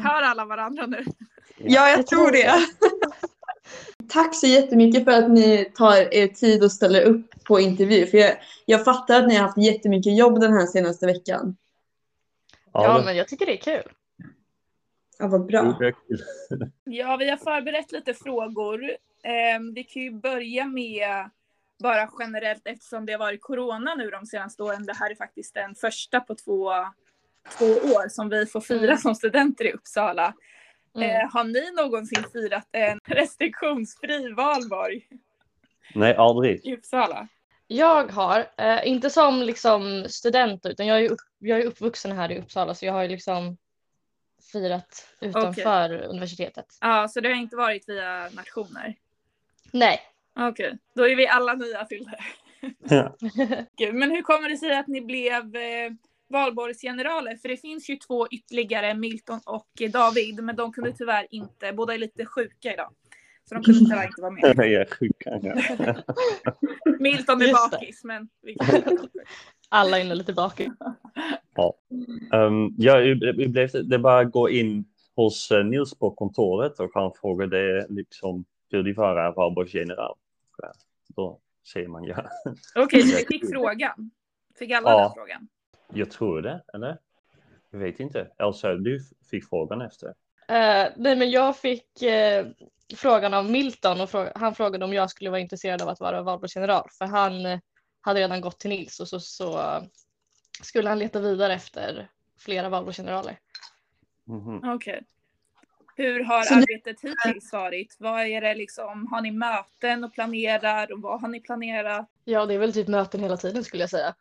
Hör alla varandra nu? Ja, jag tror det. Tack så jättemycket för att ni tar er tid och ställer upp på intervju. För jag fattar att ni har haft jättemycket jobb den här senaste veckan. Ja, men jag tycker det är kul. Ja, vad bra. Ja, vi har förberett lite frågor. Vi kan ju börja med bara generellt, eftersom det har varit corona nu de senaste åren. Det här är faktiskt den första på två år som vi får fira som studenter i Uppsala. Har ni någonsin firat en restriktionsfri valborg? Nej, aldrig. I Uppsala? Jag har, inte som liksom student, utan jag är uppvuxen här i Uppsala, så jag har ju liksom firat utanför universitetet. Ja, så det har inte varit via nationer? Nej. Okej, då är vi alla nya till det. Ja. Gud, men hur kommer det sig att ni blev valborgsgeneraler? För det finns ju 2 ytterligare, Milton och David, men de kunde tyvärr inte, båda är lite sjuka idag. Så de kunde tyvärr inte vara med. Jag är sjuka, ja. Milton är bakis, men alla är lite bakis. Ja. Det bara gå in hos Nils på kontoret och han frågade liksom hur det var att vara valborgsgeneral. Då säger man ja. Okej, så vi fick frågan. Fick alla den frågan? Jag tror det, eller? Jag vet inte. Elsa, du fick frågan efter. Nej, men jag fick frågan av Milton och han frågade om jag skulle vara intresserad av att vara valborgsgeneral. För han hade redan gått till Nils och så skulle han leta vidare efter flera valborgsgeneraler. Okej. Hur har arbetet hittills varit? Vad är det liksom, har ni möten och planerar och vad har ni planerat? Ja, det är väl typ möten hela tiden skulle jag säga.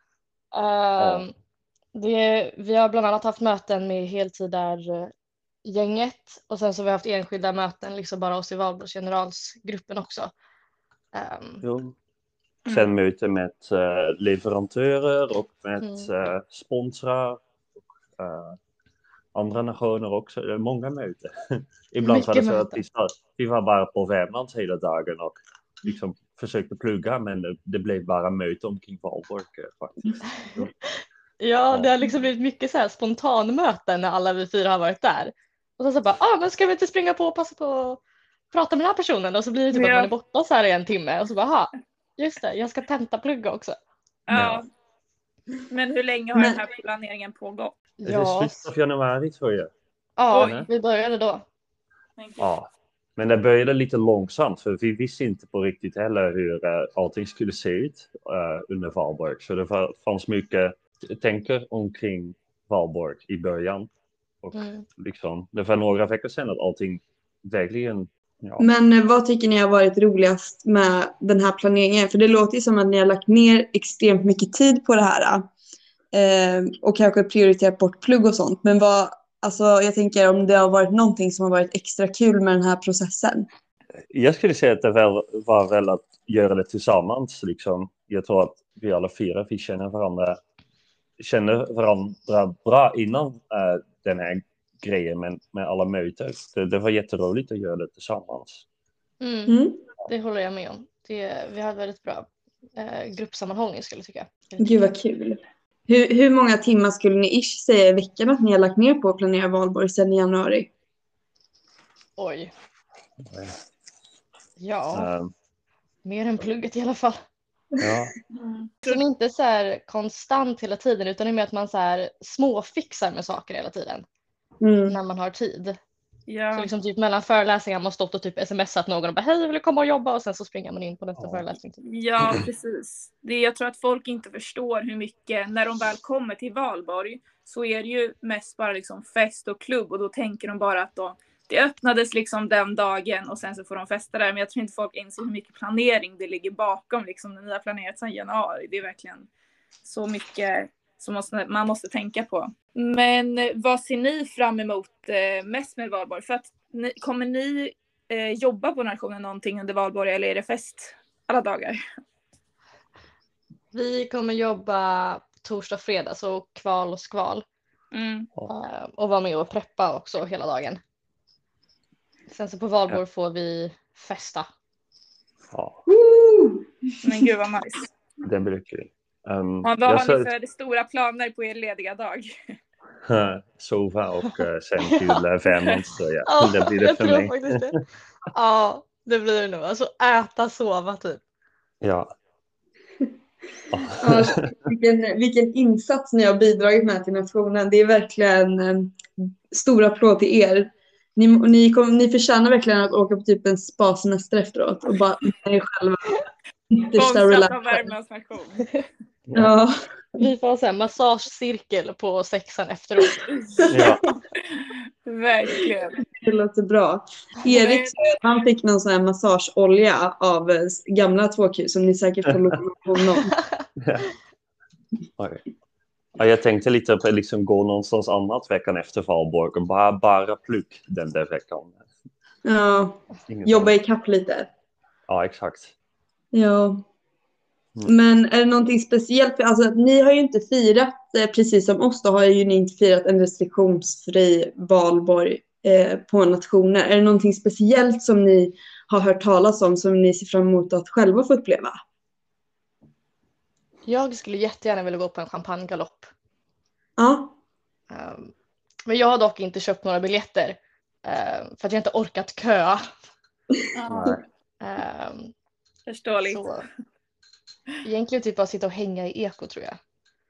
Vi har bland annat haft möten med heltidargänget och sen så har vi haft enskilda möten liksom bara oss i valborgsgeneralsgruppen också. Sen möte med leverantörer och med sponsrar och andra nationer också. Det är många möten. Ibland var det så att vi var bara på Värmland hela dagen och liksom försökte plugga, men det blev bara möte omkring valborg faktiskt. Ja, det har liksom blivit mycket så här spontanmöten när alla vi 4 har varit där. Och sen så bara, men ska vi inte springa på och passa på att prata med den här personen? Och så blir det typ att man är borta så här i en timme och så bara, just det, jag ska tentaplugga också. Ja. Men hur länge har den här planeringen pågått? Det är slutet av januari tror jag. Ja, vi började då. Ja, men det började lite långsamt för vi visste inte på riktigt heller hur allting skulle se ut under valborg. Så det fanns mycket tänker omkring valborg i början. Och liksom, det var några veckor sedan att allting verkligen... Ja. Men vad tycker ni har varit roligast med den här planeringen? För det låter ju som att ni har lagt ner extremt mycket tid på det här. Och kanske prioriterat bort plugg och sånt. Men jag tänker om det har varit någonting som har varit extra kul med den här processen. Jag skulle säga att det var väl att göra det tillsammans. Liksom. Jag tror att vi alla 4 vi känner varandra bra innan den här grejen med alla möten. Det var jätteroligt att göra det tillsammans. Det håller jag med om. Vi hade väldigt bra gruppsammanhållning skulle jag tycka. Gud vad kul. Hur många timmar skulle ni säga i veckan att ni har lagt ner på att planera valborg sedan i januari? Oj. Mer än plugget i alla fall. Ja. Som inte så här konstant hela tiden utan det är med att man så här småfixar med saker hela tiden. När man har tid. Ja. Så liksom typ mellan föreläsningar har man stått och typ smsat någon och bara hej, vill du komma och jobba? Och sen så springer man in på nästa föreläsning. Ja, precis. Jag tror att folk inte förstår hur mycket, när de väl kommer till valborg så är det ju mest bara liksom fest och klubb och då tänker de bara att det öppnades liksom den dagen och sen så får de festa där. Men jag tror inte folk inser hur mycket planering det ligger bakom liksom när ni har planerat sedan januari. Det är verkligen så mycket som man måste tänka på. Men vad ser ni fram emot mest med valborg? För att kommer ni jobba på nationen någonting under valborg eller är det fest alla dagar? Vi kommer jobba torsdag och fredag så kval och skval. Och vara med och preppa också hela dagen. Sen så på valborg får vi festa. Ja. Men gud vad nice. Det blir kul. Vad har ni för stora planer på er lediga dag? Sova och sen till Värmlandströja. Ja, Det blir det jag för tror mig. faktiskt det. Ja, det blir det nog. Alltså äta, sova typ. Ja. Ja, vilken insats ni har bidragit med till nationen. Det är verkligen stor applåd till er. Ni förtjänar verkligen att åka på typ en spa-semester efteråt och bara är själva yttersta Sponsrat av relax. Värmlands nation. Ja. Vi får ha en massagecirkel på 6:an efteråt. Ja. Verkligen. Det låter bra. Erik han fick någon sån här massageolja av gamla 2Q som ni säkert får låna honom. Oj. Ja, jag tänkte lite på liksom gå någonstans annat veckan efter Valborg och bara pluck den där veckan. Ja, jobba i kapp lite. Ja, exakt. Ja. Men är det någonting speciellt? Alltså, ni har ju inte firat, precis som oss, då har ju ni inte firat en restriktionsfri valborg på nationer. Är det någonting speciellt som ni har hört talas om som ni ser fram emot att själva få uppleva? Jag skulle jättegärna vilja gå på en champagnegalopp. Ja. Men jag har dock inte köpt några biljetter för att jag inte orkat köa. Ja, förståeligt. Så egentligen typ bara sitta och hänga i eko tror jag.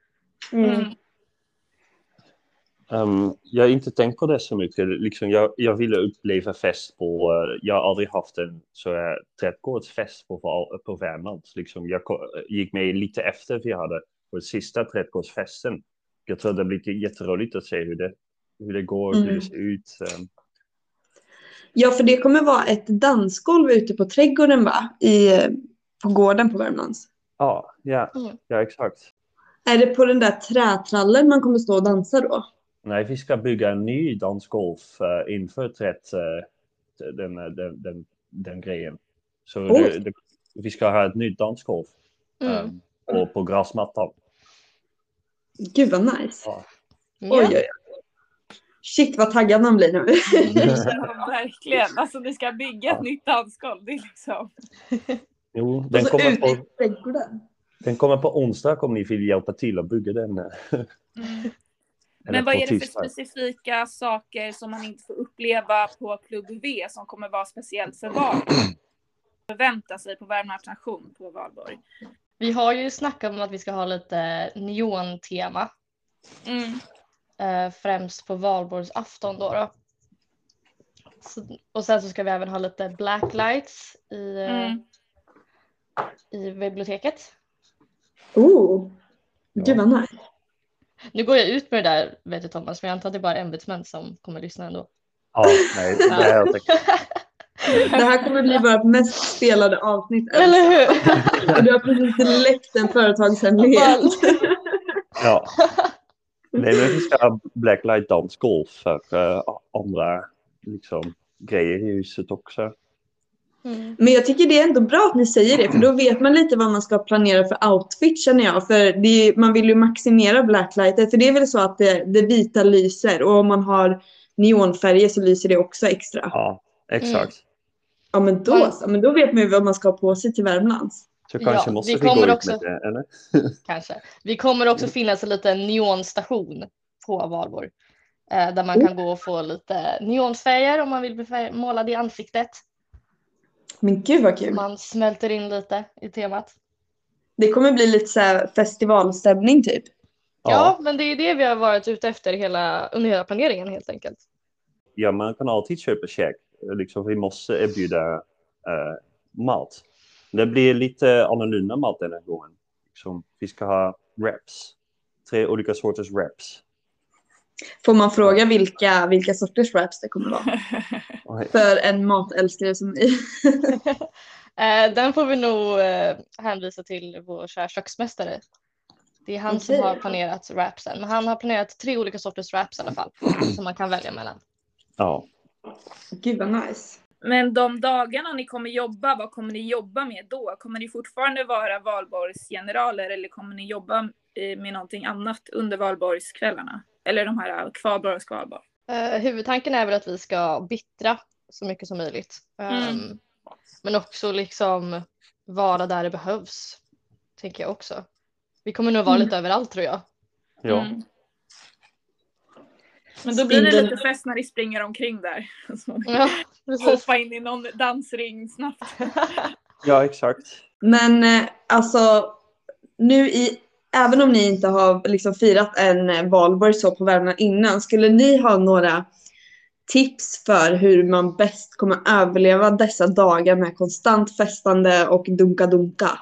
Jag har inte tänkt på det så mycket. Liksom, jag ville uppleva fest på... jag har aldrig haft en så här trädgårdsfest på Värmland. Liksom, jag gick med lite efter vi hade på den sista trädgårdsfesten. Jag tror det blir jätteroligt att se hur det går, hur det ser ut. Ja, för det kommer vara ett dansgolv ute på trädgården, va? På gården på Värmlands. Ja, exakt. Är det på den där trätrallen man kommer stå och dansa då? Nej, vi ska bygga en ny dansgolf inför den grejen. Så vi ska ha ett nytt dansgolf på gräsmattan. Gud vad nice. Ja. Oj. Shit vad taggad man blir nu. Ja, verkligen. Alltså ni ska bygga ett nytt dansgolv. Det är liksom... Jo, den kommer på onsdag om ni vill hjälpa till att bygga den. Men vad är det för specifika saker som man inte får uppleva på Klubb V som kommer vara speciellt för Valborg? Förvänta sig på Värmlands nation på Valborg. Vi har ju snackat om att vi ska ha lite neon-tema. Främst på Valborgs afton då. Och sen så ska vi även ha lite blacklights i biblioteket. Gud vad nice. Nu går jag ut med det där, vet du Thomas, men jag antar att det är bara ämbetsmän som kommer lyssna ändå. Ja, nej, det är helt okej. Det här kommer bli vårt mest spelade avsnitt. Eller hur? Du har precis läckt en företagshemlighet. Ja. Nej, men vi ska ha blacklight dansgolf för andra liksom, grejer i huset också. Men jag tycker det är ändå bra att ni säger det, för då vet man lite vad man ska planera för outfit, känner jag. För man vill ju maximera blacklightet, för det är väl så att det vita lyser, och om man har neonfärger så lyser det också extra. Ja, exakt. Ja, men då vet man ju vad man ska ha på sig till Värmlands. Så kanske måste vi gå ut med det, eller? Kanske. Vi kommer också finnas en liten neonstation på Valborg. Där man kan gå och få lite neonfärger om man vill bli målad i ansiktet. Men gud vad kul. Man smälter in lite i temat. Det kommer bli lite så här festivalstämning typ. Ja, men det är det vi har varit ute efter under hela planeringen helt enkelt. Ja, man kan alltid köpa käk. Liksom, vi måste erbjuda mat. Det blir lite annorlunda mat den här gången. Liksom, vi ska ha wraps. 3 olika sorters wraps. Får man fråga vilka sorters wraps det kommer vara? För en matälskare som ni. Den får vi nog hänvisa till vår kära köksmästare. Det är han som har planerat wrapsen. Men han har planerat 3 olika sorters wraps i alla fall. Som man kan välja mellan. Ja. Gud vad nice. Men de dagarna ni kommer jobba, vad kommer ni jobba med då? Kommer ni fortfarande vara valborgsgeneraler eller kommer ni jobba med någonting annat under valborgskvällarna? Eller de här kvalborg och skvalborg? Huvudtanken är väl att vi ska bittra så mycket som möjligt. Men också liksom vara där det behövs. Tänker jag också. Vi kommer nog vara lite överallt tror jag. Ja. Men då blir det lite fest när ni springer omkring där. Ja, hoppa in i någon dansring snabbt. Ja, exakt. Men alltså, även om ni inte har liksom firat en valborg så på Värmland innan, skulle ni ha några tips för hur man bäst kommer överleva dessa dagar med konstant festande och dunka?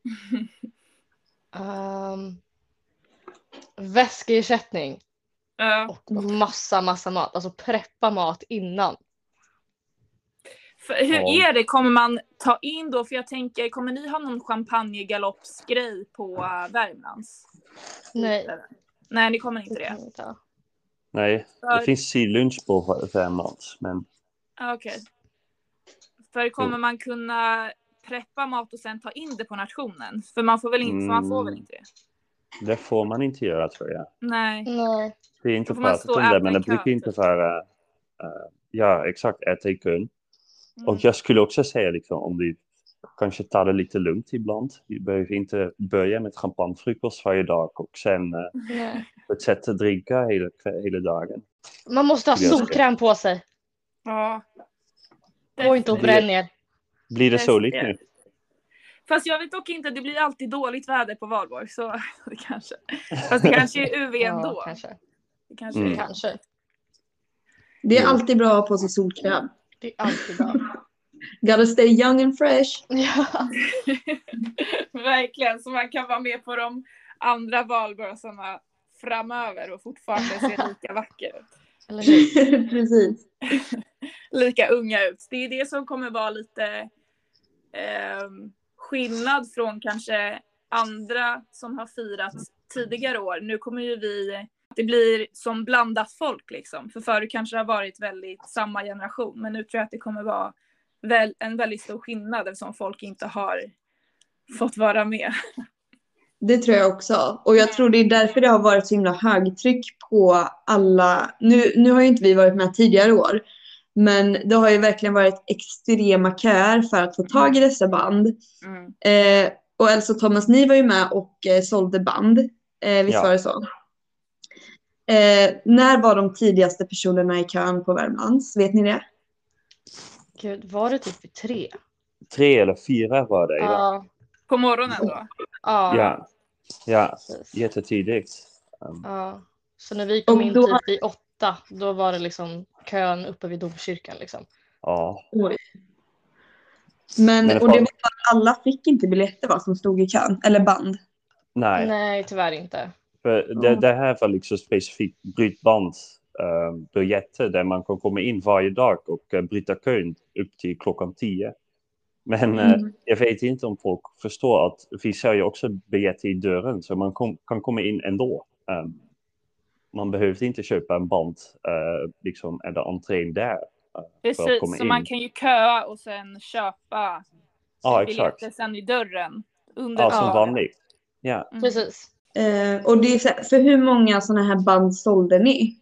Väskeersättning. Och massa mat. Alltså preppa mat innan. För hur är det? Kommer man ta in då? För jag tänker, kommer ni ha någon champagnegaloppsgrej på Värmlands? Nej. Nej, ni kommer inte det. Nej, det finns sillunch på Värmlands. Men... Okej. För kommer man kunna preppa mat och sen ta in det på nationen? För man får väl inte det? Det får man inte göra, tror jag. Nej. Det är inte pratat om det, men det brukar inte vara exakt, äta i kön. Och jag skulle också säga liksom, om vi kanske tar det lite lugnt ibland. Vi behöver inte börja med champagnefrukost varje dag och sen fortsätta dricka hela dagen. Man måste ha solkräm på sig. Ja. Och inte att bränna ner. Blir det soligt nu? Fast jag vet dock inte, det blir alltid dåligt väder på valborg. Så det kanske. Fast det kanske är UV ändå. Kanske. Det kanske. Det är alltid bra att ha på sig solkräm. Det är alltid bra. Gotta stay young and fresh. Ja. Verkligen, så man kan vara med på de andra valborgsarna framöver och fortfarande se lika vacker ut. Eller hur? Precis. Lika unga ut. Det är det som kommer vara lite skillnad från kanske andra som har firat tidigare år. Nu kommer ju det blir som blandat folk liksom. För förut kanske det har varit väldigt samma generation. Men nu tror jag att det kommer vara en väldigt stor skillnad eftersom folk inte har fått vara med. Det tror jag också. Och jag tror det är därför det har varit så himla högtryck på alla. Nu har ju inte vi varit med tidigare år. Men det har ju verkligen varit extrema köer för att få tag i dessa band. Och Elsa och Thomas, ni var ju med och sålde band. Visst var det så? När var de tidigaste personerna i kön på Värmlands? Vet ni det? Gud, var det typ 3? 3 eller 4 var det. Ja. På morgonen då? Ja. Ja. Jättetidigt. Ja. Så när vi kom in typ vid 8, då var det liksom kön uppe vid domkyrkan liksom. Ja. Oj. Men det var alla fick inte biljetter va, som stod i kön? Eller band? Nej, tyvärr inte. För det här var liksom specifikt brytbandsbiljetter där man kan komma in varje dag och bryta kön upp till klockan 10. Men jag vet inte om folk förstår att vi ser ju också biljetter i dörren så man kan komma in ändå. Man behöver inte köpa en band liksom, eller entrén där. Precis, så man kan ju köa och sen köpa biljetter sen i dörren. Som vanligt. Ja. Precis. Och det är så, för hur många sådana här band sålde ni?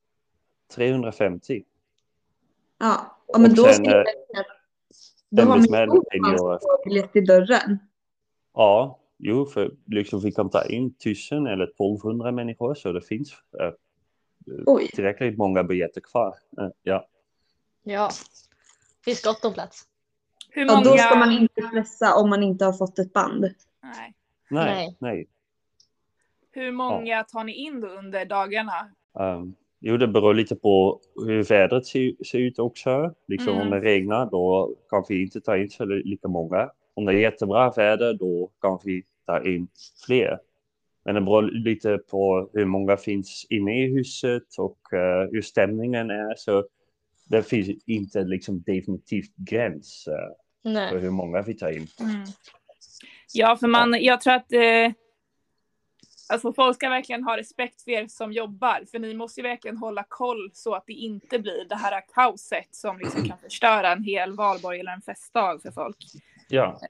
350. Ja, men då sen, då har man biljett i dörren. Ja, för liksom vi kan ta in 1000 eller 1200 människor så det finns tillräckligt många biljetter kvar. Ja, finns gott om plats. Hur många... då ska man inte pressa om man inte har fått ett band. Nej. Hur många tar ni in då under dagarna? Det beror lite på hur vädret ser ut också. Liksom om det regnar då kan vi inte ta in så lika många. Om det är jättebra väder då kan vi ta in fler. Men det beror lite på hur många finns inne i huset och hur stämningen är. Så det finns inte liksom definitivt gräns för hur många vi tar in. Ja, för jag tror att alltså folk ska verkligen ha respekt för er som jobbar. För ni måste ju verkligen hålla koll så att det inte blir det här kaoset som liksom kan förstöra en hel valborg eller en festdag för folk. Ja.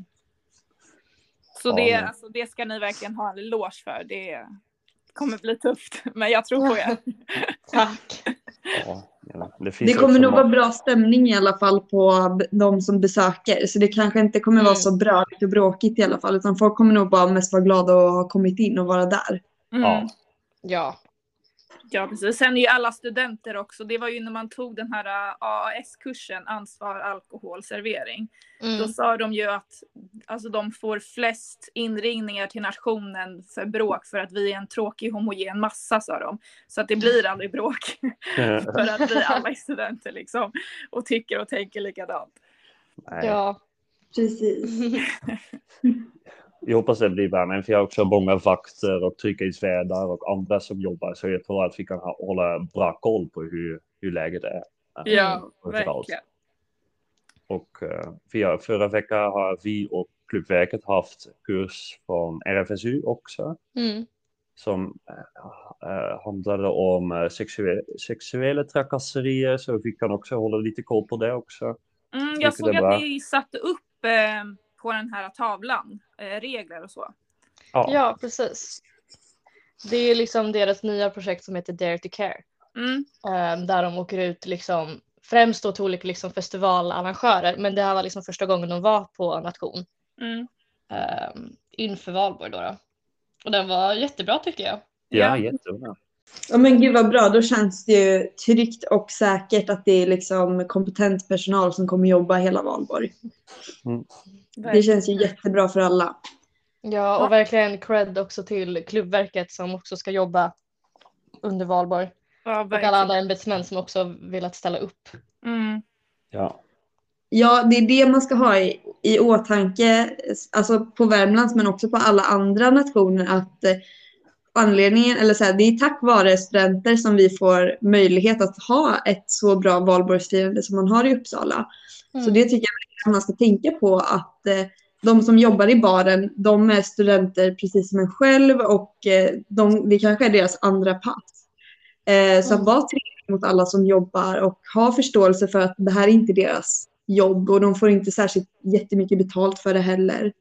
Så det ska ni verkligen ha en eloge för. Det kommer bli tufft, men jag tror på er. Tack. Det kommer nog vara bra stämning i alla fall på de som besöker. Så det kanske inte kommer vara så bröligt och bråkigt i alla fall. Utan folk kommer nog bara mest vara glada att ha kommit in och vara där. Ja. Ja, precis. Sen är ju alla studenter också. Det var ju när man tog den här AAS-kursen, ansvar, alkoholservering. Då sa de ju att alltså, de får flest inringningar till nationen för bråk för att vi är en tråkig homogen massa, sa de. Så att det blir aldrig bråk för att vi alla är studenter liksom och tycker och tänker likadant. Nej. Ja, Precis. Jag hoppas det blir bra, men vi har också många vakter och trygghetsvärdar och andra som jobbar, så jag tror att vi kan hålla bra koll på hur läget är. Ja, verkligen. Och förra veckan har vi och Klubbverket haft kurs från RFSU också. Som handlade om sexuella trakasserier, så vi kan också hålla lite koll på det också. Jag såg att ni satte upp på den här tavlan regler och så. Ja, precis. Det är liksom deras nya projekt som heter Dare to Care. Där de åker ut liksom, främst då till olika liksom festivalarrangörer, men det här var liksom första gången de var på nation inför Valborg då. Och den var jättebra tycker jag. Ja, jättebra. Ja men gud vad bra, då känns det ju tryggt och säkert att det är liksom kompetent personal som kommer jobba hela Valborg. Det känns ju jättebra för alla. Ja, och verkligen cred också till Klubbverket som också ska jobba under Valborg. Ja, och alla andra ämbetsmän som också velat ställa upp. Ja, det är det man ska ha i åtanke, alltså på Värmlands men också på alla andra nationer, att anledningen, eller så här, det är tack vare studenter som vi får möjlighet att ha ett så bra valborgsfirande som man har i Uppsala. Så det tycker jag att man ska tänka på, att de som jobbar i baren, de är studenter precis som en själv, och det kanske är deras andra pass. Så att vara trevlig mot alla som jobbar och ha förståelse för att det här är inte deras jobb och de får inte särskilt jättemycket betalt för det heller.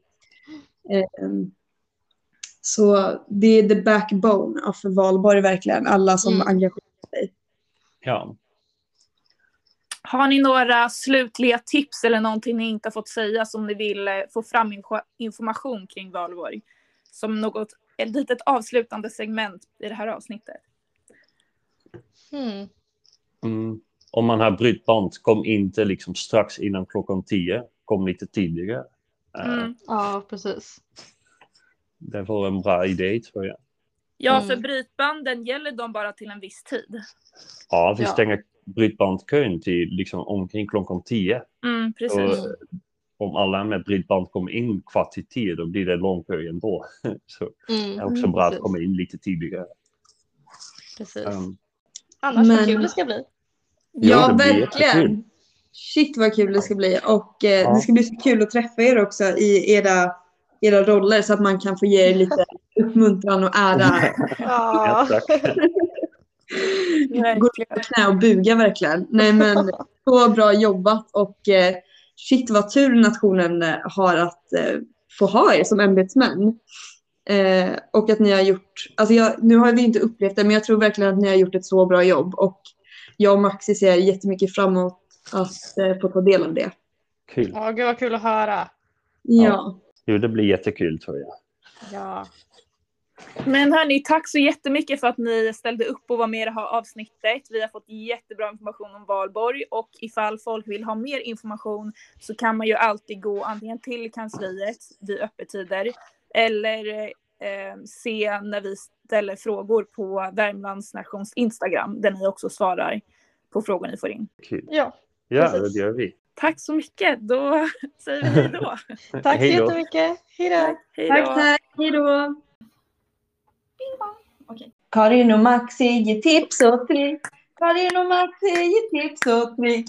Så det är the backbone av Valborg verkligen, alla som engagerar sig. Ja. Har ni några slutliga tips eller någonting ni inte har fått säga som ni vill få fram information kring Valborg? Som ett litet avslutande segment i det här avsnittet. Om man har brytband, kom inte liksom strax innan klockan 10. Kom lite tidigare. Ja, precis. Det var en bra idé tror jag. Ja, för brytbanden gäller de bara till en viss tid. Ja, vi stänger brytbandkön till liksom omkring klockan 10. Precis. Så, om alla med brytband kommer in 9:15, då blir det lång kö ändå. Så det är också bra att komma in lite tidigare. Precis. Annars vad kul det ska bli. Ja, verkligen. Shit vad kul det ska bli. Och det ska bli så kul att träffa er också i era roller, så att man kan få ge er lite uppmuntran och ära. Ja, tack. Gå på knä och buga verkligen. Nej men, så bra jobbat, och shit vad tur nationen har att få ha er som ämbetsmän. Och att ni har gjort, alltså nu har vi inte upplevt det, men jag tror verkligen att ni har gjort ett så bra jobb, och jag och Maxi ser jättemycket fram emot att få ta del av det. Kul. Ja, gud vad kul att höra. Ja. Jo, det blir jättekul tror jag. Ja. Men hörni, tack så jättemycket för att ni ställde upp och var med i det här avsnittet. Vi har fått jättebra information om Valborg, och ifall folk vill ha mer information så kan man ju alltid gå antingen till kansliet vid öppettider eller se när vi ställer frågor på Värmlands nations Instagram, där ni också svarar på frågor ni får in. Kul. Ja, det gör vi. Tack så mycket. Då säger vi hej då. Tack så jättemycket. Hej då. Tack. Hej då. Okay. Karin och Maxi ger tips och trick. Karin och Maxi ger tips och trick.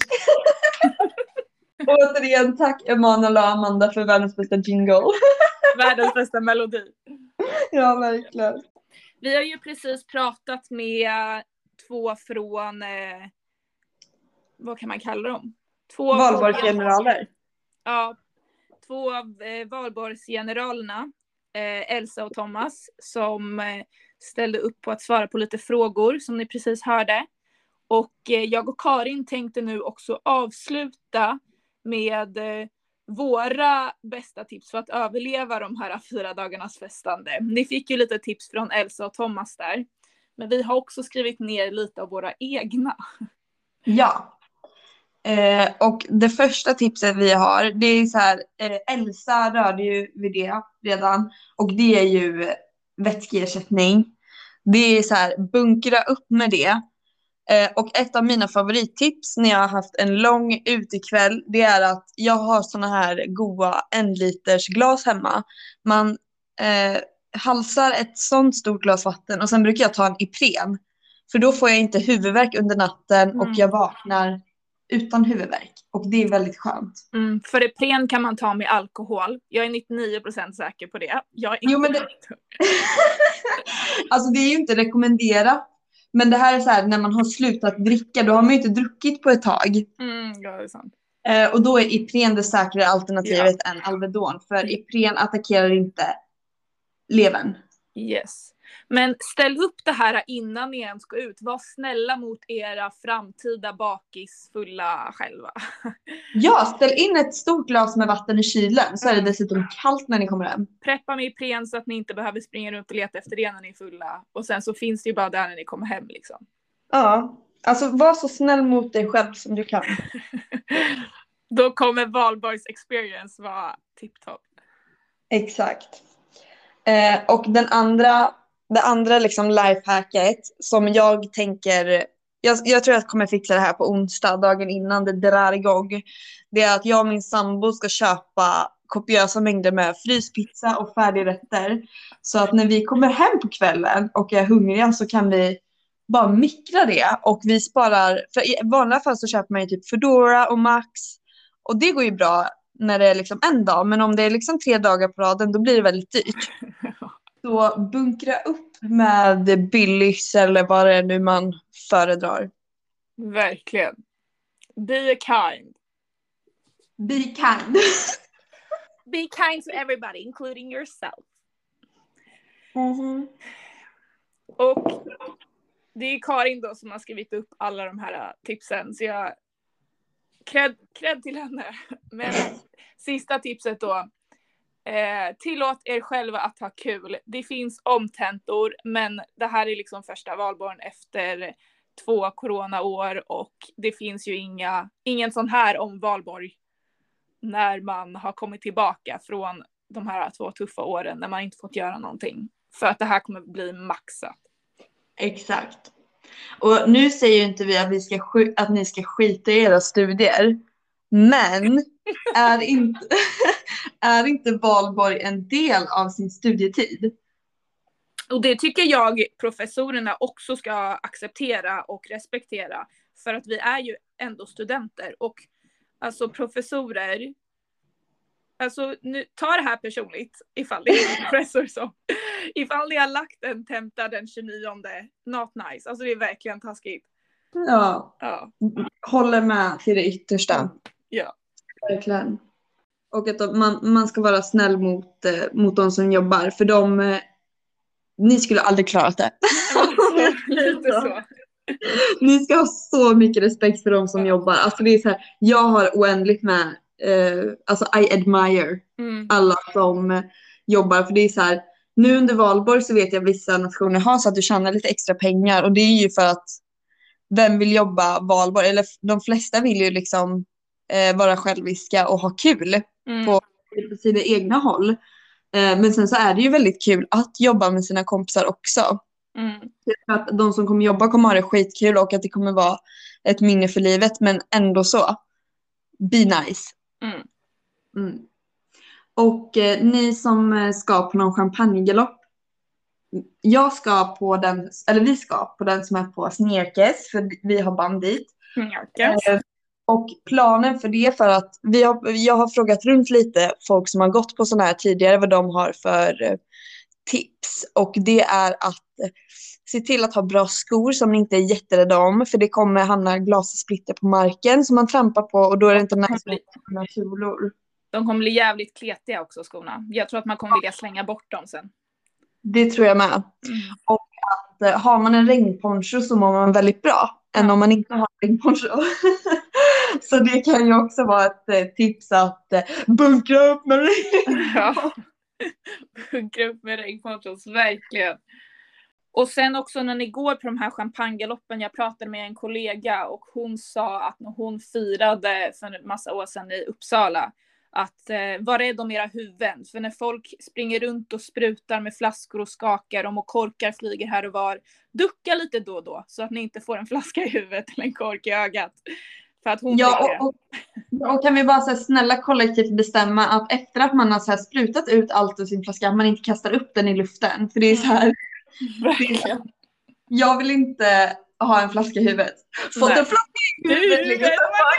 Återigen, tack Emanuel och Amanda för världens bästa jingle. Världens bästa melodi. Ja, verkligen. Vi har ju precis pratat med två från, vad kan man kalla dem? Valborgsgeneraler. Ja, två av valborgsgeneralerna, Elsa och Thomas, som ställde upp på att svara på lite frågor som ni precis hörde. Och jag och Karin tänkte nu också avsluta med våra bästa tips för att överleva de här 4 dagarnas festande. Ni fick ju lite tips från Elsa och Thomas där. Men vi har också skrivit ner lite av våra egna. Ja. Och det första tipset vi har, det är så här, Elsa rörde ju vid det redan. Och det är ju vätskeersättning. Det är så här, bunkra upp med det. Och ett av mina favorittips när jag har haft en lång utekväll, det är att jag har såna här goda 1 liters glas hemma. Man halsar ett sånt stort glas vatten och sen brukar jag ta en Ipren. För då får jag inte huvudvärk under natten och jag vaknar utan huvudvärk. Och det är väldigt skönt. För Ipren kan man ta med alkohol. Jag är 99% säker på det. Jag är inte. Jo, men det... Alltså det är ju inte rekommenderat. Men det här är så här, när man har slutat dricka, då har man ju inte druckit på ett tag. Ja, det är sant. Och då är Ipren det säkrare alternativet än Alvedon. För Ipren attackerar inte levern. Yes. Men ställ upp det här innan ni ens går ut. Var snälla mot era framtida bakisfulla själva. Ja, ställ in ett stort glas med vatten i kylen. Så är det dessutom kallt när ni kommer hem. Preppa med Ipren så att ni inte behöver springa runt och leta efter det när ni är fulla. Och sen så finns det ju bara där när ni kommer hem liksom. Ja, alltså var så snäll mot dig själv som du kan. Då kommer Valborgs experience vara tipptopp. Exakt. Och det andra liksom lifehacket som jag tänker, jag tror att jag kommer fixa det här på onsdag, dagen innan det drar igång. Det är att jag och min sambo ska köpa kopiösa mängder med fryspizza och färdigrätter. Så att när vi kommer hem på kvällen och är hungriga så kan vi bara mikra det. Och vi sparar, för i vanliga fall så köper man ju typ Foodora och Max. Och det går ju bra när det är liksom en dag. Men om det är liksom 3 dagar på raden, då blir det väldigt dyrt. Så bunkra upp med Billys eller vad det är nu man föredrar. Verkligen. Be kind. Be kind. Be kind to everybody, including yourself. Och det är Karin då som har skrivit upp alla de här tipsen. Så jag cred till henne. Men sista tipset då. Tillåt er själva att ha kul. Det finns omtentor, men det här är liksom första valborgen efter 2 coronaår och det finns ju ingen sån här om valborg när man har kommit tillbaka från de här 2 tuffa åren när man inte fått göra någonting. För att det här kommer bli maxat. Exakt. Och nu säger ju inte vi att ni ska skita i era studier. Men är inte valborg en del av sin studietid? Och det tycker jag professorerna också ska acceptera och respektera. För att vi är ju ändå studenter. Och alltså professorer, alltså nu, ta det här personligt ifall det är en professor som, ifall ni har lagt en tenta den 29, not nice. Alltså det är verkligen taskigt. Ja. Håller med till det yttersta. Ja. Verkligen. Och att man ska vara snäll mot de som jobbar. För ni skulle aldrig klarat det. Lite så. Ni ska ha så mycket respekt för de som jobbar. Alltså det är så här, jag har oändligt med alltså I admire alla som jobbar. För det är så här, nu under valborg så vet jag vissa nationer har så att du tjänar lite extra pengar. Och det är ju för att vem vill jobba valborg? Eller de flesta vill ju liksom vara själviska och ha kul på sina egna håll. Men sen så är det ju väldigt kul att jobba med sina kompisar också. Att de som kommer jobba kommer ha det skitkul och att det kommer vara ett minne för livet, men ändå så. Be nice. Och ni som ska på någon champagnegalopp, vi ska på den som är på Snerkes, för vi har band dit. Och planen för det, för att jag har frågat runt lite folk som har gått på sådana här tidigare, vad de har för tips. Och det är att se till att ha bra skor som ni inte är jätterädda om, för det kommer hamna glassplitter på marken som man trampar på och då är det inte några sulor. De kommer bli jävligt kletiga också, skorna. Jag tror att man kommer vilja slänga bort dem sen. Det tror jag med. Och att har man en regnponcho så mår man väldigt bra än om man inte har en regnponcho. Så det kan ju också vara ett tips att bunkra upp med Ja, bunkra upp med regnponchos, verkligen. Och sen också när ni går på de här champagnegaloppen, jag pratade med en kollega och hon sa att när hon firade för en massa år sedan i Uppsala, att var rädd om era huvuden. För när folk springer runt och sprutar med flaskor och skakar dem och korkar flyger här och var, ducka lite då och då så att ni inte får en flaska i huvudet eller en kork i ögat. För att hon och kan vi bara så här, snälla kollektivt bestämma att efter att man har så här sprutat ut allt ur sin flaska, man inte kastar upp den i luften. För det är så här, jag vill inte ha en flaska i huvudet. Fått en flaska i huvudet!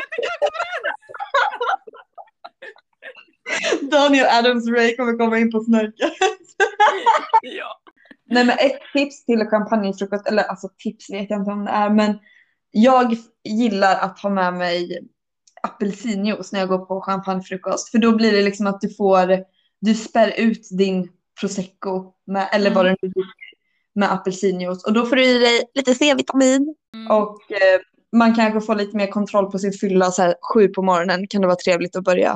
Daniel Adams-Ray kommer komma in på snarket. Ja. Nej, men ett tips till champagnefrukost, eller alltså tips vet jag inte om det är, men jag gillar att ha med mig apelsinjuice när jag går på champagnefrukost. För då blir det liksom att du spär ut din prosecco med, eller vad det nu är, med apelsinjuice. Och då får du i dig lite C-vitamin. Och man kanske får lite mer kontroll på sin fylla så här 7 på morgonen. Kan det vara trevligt att börja.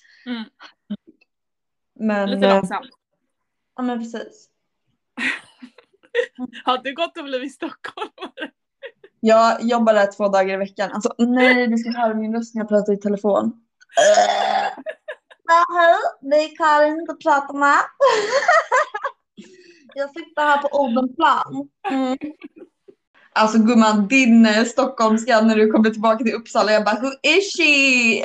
Men, lite långsamt. Ja, men precis. Har du gått och blivit i Stockholm? Jag jobbar där 2 dagar i veckan. Alltså, nej, du ska höra min röst när jag pratar i telefon. Det är Karin du pratar med. Jag sitter här på Odenplan. Alltså gumman, din stockholmska när du kommer tillbaka till Uppsala. Jag bara, who is she?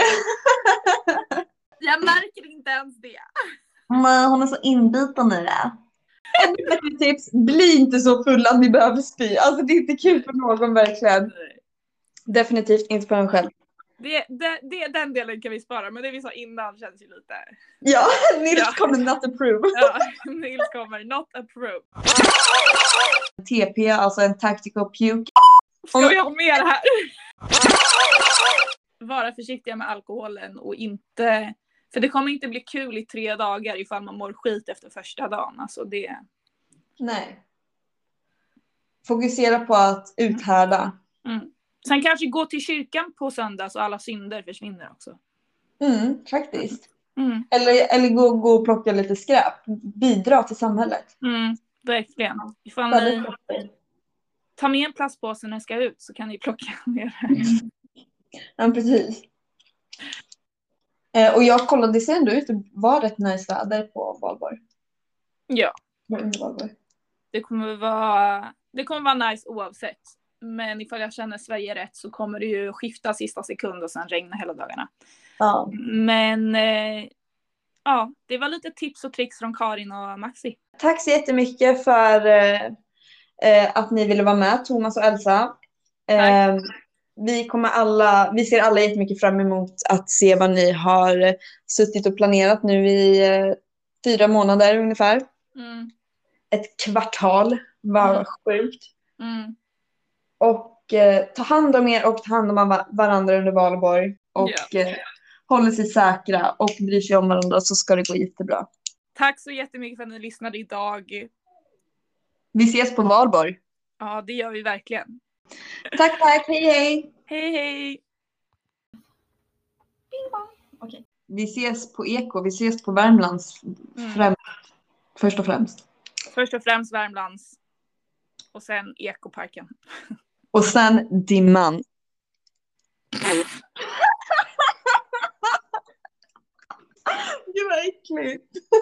Jag märker inte ens det. Men hon är så inbiten i det. Ett tips, bli inte så full att ni behöver spy. Alltså det är inte kul för någon verkligen. Definitivt inte för en själv. Den delen kan vi spara, men det vi sa innan känns ju lite... Ja, Nils kommer not approve. Ja, Nils kommer not approve. TP, alltså en tactical puke. Ska vi ha mer här? Vara försiktiga med alkoholen och inte... För det kommer inte bli kul i 3 dagar ifall man mår skit efter första dagen. Alltså det... Nej. Fokusera på att uthärda. Sen kanske gå till kyrkan på söndag så alla synder försvinner också. Faktiskt. Eller gå och plocka lite skräp. Bidra till samhället. Verkligen. Ifall ni tar med en plastpåse när ni ska ut så kan ni plocka ner det. Ja, precis. Och jag kollade, det ser ändå ut att vara rätt nice väder på Valborg. Ja. Valborg. Det kommer vara nice oavsett. Men ifall jag känner Sverige rätt så kommer det ju skifta sista sekund och sen regna hela dagarna. Ja. Men ja, det var lite tips och tricks från Karin och Maxi. Tack så jättemycket för att ni ville vara med, Thomas och Elsa. Vi ser alla jättemycket fram emot att se vad ni har suttit och planerat nu i 4 månader ungefär. Ett kvartal, vad sjukt. Och ta hand om er och ta hand om varandra under Valborg. Och håller sig säkra och bryr sig om varandra så ska det gå jättebra. Tack så jättemycket för att ni lyssnade idag. Vi ses på Valborg. Ja, det gör vi verkligen. Tack, hej hej. Hej hej. Okay. Vi ses på Eko, vi ses på Värmlands först och främst. Först och främst Värmlands. Och sen Ekoparken. Och sen Dimman. Gud vad äckligt.